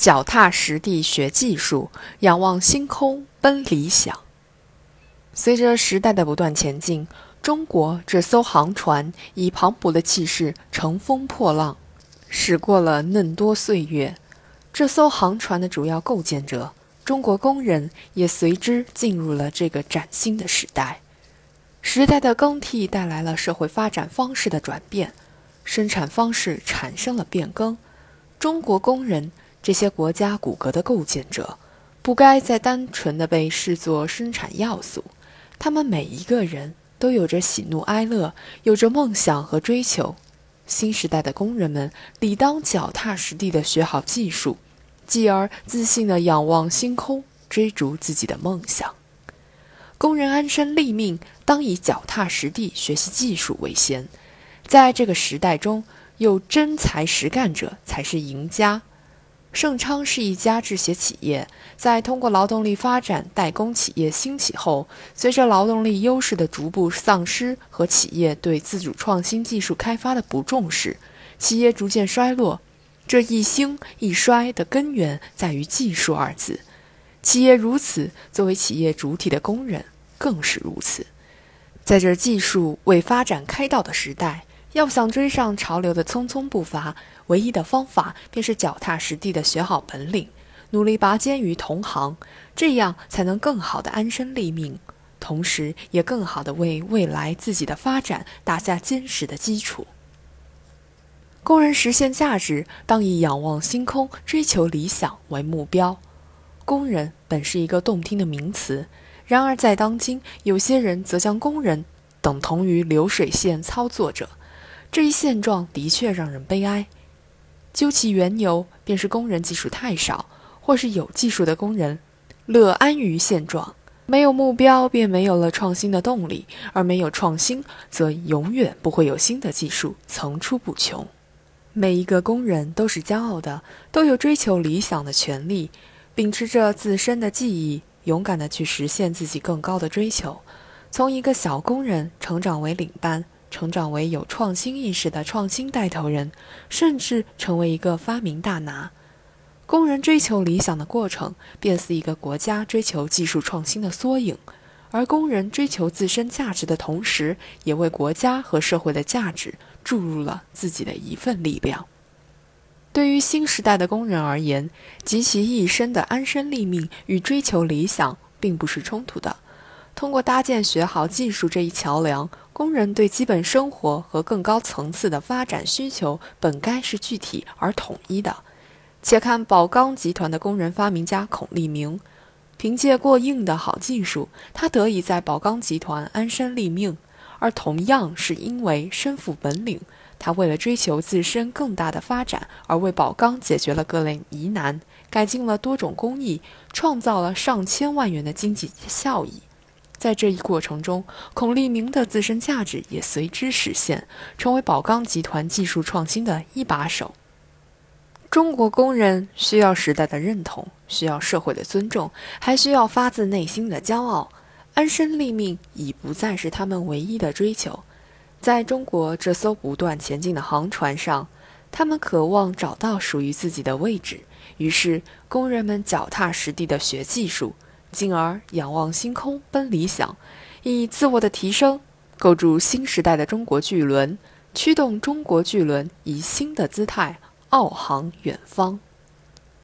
脚踏实地学技术，仰望星空奔理想。随着时代的不断前进，中国这艘航船以磅礴的气势乘风破浪，驶过了嫩多岁月。这艘航船的主要构建者中国工人也随之进入了这个崭新的时代。时代的更替带来了社会发展方式的转变，生产方式产生了变更。中国工人这些国家骨骼的构建者，不该再单纯地被视作生产要素。他们每一个人都有着喜怒哀乐，有着梦想和追求。新时代的工人们理当脚踏实地地学好技术，继而自信地仰望星空，追逐自己的梦想。工人安身立命，当以脚踏实地学习技术为先。在这个时代中，有真才实干者才是赢家。盛昌是一家制鞋企业，在通过劳动力发展代工企业兴起后，随着劳动力优势的逐步丧失和企业对自主创新技术开发的不重视，企业逐渐衰落。这一兴一衰的根源在于技术二字。企业如此，作为企业主体的工人更是如此。在这技术为发展开道的时代，要想追上潮流的匆匆步伐，唯一的方法便是脚踏实地地学好本领，努力拔尖于同行，这样才能更好地安身立命，同时也更好地为未来自己的发展打下坚实的基础。工人实现价值，当以仰望星空、追求理想为目标。工人本是一个动听的名词，然而在当今，有些人则将工人等同于流水线操作者。这一现状的确让人悲哀。究其缘由，便是工人技术太少，或是有技术的工人乐安于现状。没有目标，便没有了创新的动力，而没有创新，则永远不会有新的技术层出不穷。每一个工人都是骄傲的，都有追求理想的权利，秉持着自身的技艺，勇敢地去实现自己更高的追求。从一个小工人成长为领班，成长为有创新意识的创新带头人，甚至成为一个发明大拿。工人追求理想的过程，便是一个国家追求技术创新的缩影，而工人追求自身价值的同时，也为国家和社会的价值注入了自己的一份力量。对于新时代的工人而言，集其一身的安身立命与追求理想并不是冲突的。通过搭建学好技术这一桥梁，工人对基本生活和更高层次的发展需求本该是具体而统一的。且看宝钢集团的工人发明家孔立明，凭借过硬的好技术，他得以在宝钢集团安身立命，而同样是因为身负本领，他为了追求自身更大的发展，而为宝钢解决了各类疑难，改进了多种工艺，创造了上千万元的经济效益。在这一过程中，孔立明的自身价值也随之实现，成为宝钢集团技术创新的一把手。中国工人需要时代的认同，需要社会的尊重，还需要发自内心的骄傲。安身立命已不再是他们唯一的追求。在中国这艘不断前进的航船上，他们渴望找到属于自己的位置，于是工人们脚踏实地地学技术，进而仰望星空奔理想，以自我的提升构筑新时代的中国巨轮，驱动中国巨轮以新的姿态翱航远方。